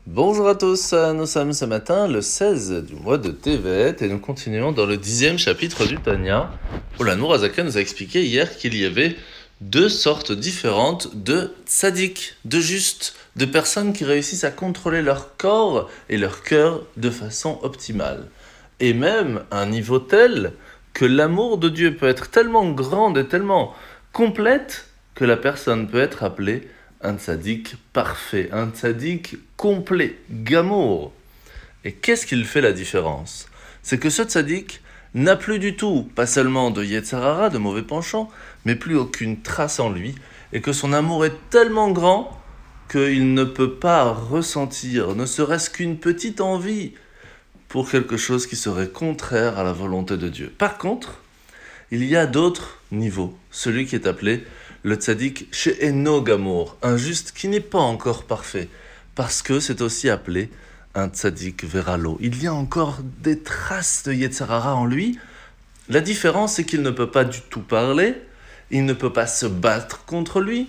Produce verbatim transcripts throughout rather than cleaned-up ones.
Bonjour à tous, nous sommes ce matin le seize du mois de Tevet et nous continuons dans le dixième chapitre du Tanya où la Nourazaken nous a expliqué hier qu'il y avait deux sortes différentes de tzaddik, de justes, de personnes qui réussissent à contrôler leur corps et leur cœur de façon optimale. Et même à un niveau tel que l'amour de Dieu peut être tellement grand et tellement complète que la personne peut être appelée un tzaddik parfait, un tzaddik complet, gamour. Et qu'est-ce qui fait la différence ? C'est que ce tzaddik n'a plus du tout, pas seulement de yetzer hara, de mauvais penchants, mais plus aucune trace en lui, et que son amour est tellement grand qu'il ne peut pas ressentir, ne serait-ce qu'une petite envie pour quelque chose qui serait contraire à la volonté de Dieu. Par contre, il y a d'autres niveaux, celui qui est appelé le tzaddik she'eno gamour, un juste qui n'est pas encore parfait, parce que c'est aussi appelé un tzaddik veralo. Il y a encore des traces de yetzer hara en lui. La différence, c'est qu'il ne peut pas du tout parler, il ne peut pas se battre contre lui,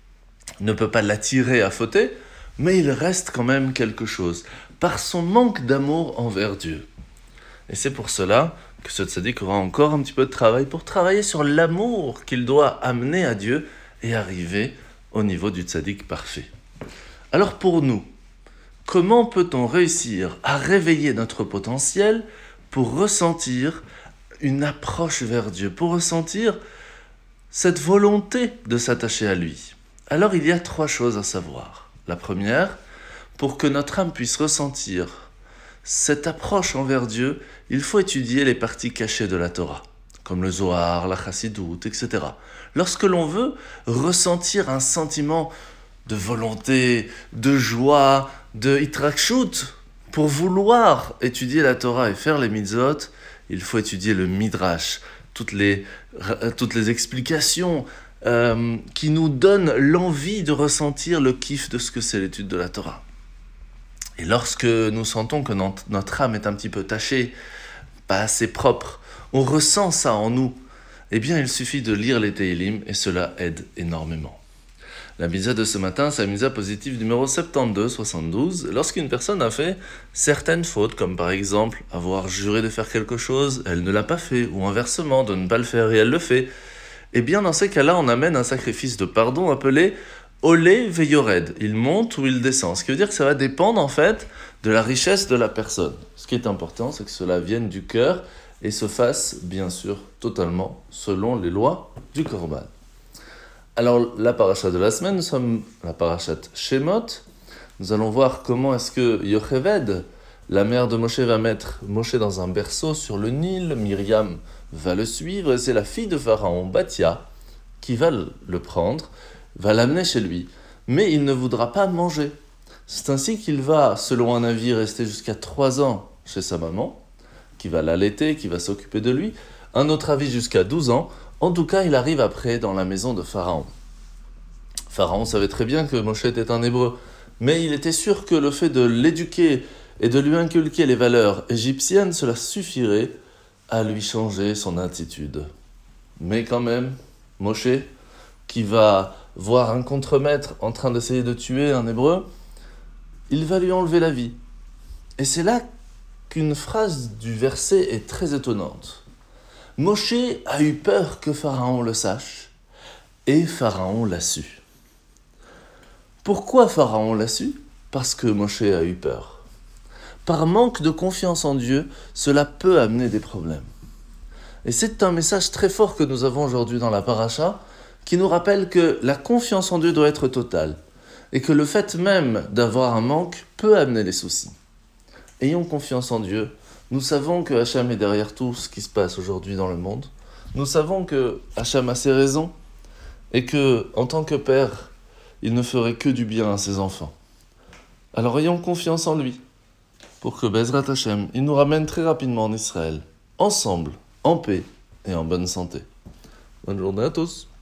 ne peut pas l'attirer à fauter, mais il reste quand même quelque chose, par son manque d'amour envers Dieu. Et c'est pour cela que ce tzaddik aura encore un petit peu de travail pour travailler sur l'amour qu'il doit amener à Dieu et arriver au niveau du tzaddik parfait. Alors pour nous, comment peut-on réussir à réveiller notre potentiel pour ressentir une approche vers Dieu, pour ressentir cette volonté de s'attacher à lui ? Alors il y a trois choses à savoir. La première, pour que notre âme puisse ressentir cette approche envers Dieu, il faut étudier les parties cachées de la Torah, comme le Zohar, la Chassidoute, et cetera. Lorsque l'on veut ressentir un sentiment de volonté, de joie, de hitrakshut, pour vouloir étudier la Torah et faire les mitzvot, il faut étudier le midrash, toutes les, toutes les explications euh, qui nous donnent l'envie de ressentir le kiff de ce que c'est l'étude de la Torah. Et lorsque nous sentons que notre âme est un petit peu tachée, pas assez propre, on ressent ça en nous, eh bien il suffit de lire les Tehillim et cela aide énormément. La misa de ce matin, c'est la misa positive numéro soixante-douze soixante-douze. Lorsqu'une personne a fait certaines fautes, comme par exemple avoir juré de faire quelque chose, elle ne l'a pas fait, ou inversement, de ne pas le faire et elle le fait, eh bien dans ces cas-là, on amène un sacrifice de pardon appelé Olé veyored, il monte ou il descend. Ce qui veut dire que ça va dépendre en fait de la richesse de la personne. Ce qui est important, c'est que cela vienne du cœur et se fasse bien sûr totalement selon les lois du Korban. Alors la paracha de la semaine, nous sommes la parachat Shemot. Nous allons voir comment est-ce que Yocheved, la mère de Moshe, va mettre Moshe dans un berceau sur le Nil. Myriam va le suivre et c'est la fille de Pharaon, Bathia, qui va le prendre, va l'amener chez lui, mais il ne voudra pas manger. C'est ainsi qu'il va, selon un avis, rester jusqu'à trois ans chez sa maman, qui va l'allaiter, qui va s'occuper de lui. Un autre avis jusqu'à douze ans. En tout cas, il arrive après dans la maison de Pharaon. Pharaon savait très bien que Moshe était un hébreu, mais il était sûr que le fait de l'éduquer et de lui inculquer les valeurs égyptiennes, cela suffirait à lui changer son attitude. Mais quand même, Moshe, qui va voir un contremaître en train d'essayer de tuer un hébreu, il va lui enlever la vie. Et c'est là qu'une phrase du verset est très étonnante. Moshe a eu peur que Pharaon le sache, et Pharaon l'a su. Pourquoi Pharaon l'a su ? Parce que Moshe a eu peur. Par manque de confiance en Dieu, cela peut amener des problèmes. Et c'est un message très fort que nous avons aujourd'hui dans la paracha, qui nous rappelle que la confiance en Dieu doit être totale, et que le fait même d'avoir un manque peut amener les soucis. Ayons confiance en Dieu. Nous savons que Hachem est derrière tout ce qui se passe aujourd'hui dans le monde. Nous savons que Hachem a ses raisons, et que, en tant que père, il ne ferait que du bien à ses enfants. Alors ayons confiance en lui, pour que Bezrat Hachem, il nous ramène très rapidement en Israël, ensemble, en paix et en bonne santé. Bonne journée à tous.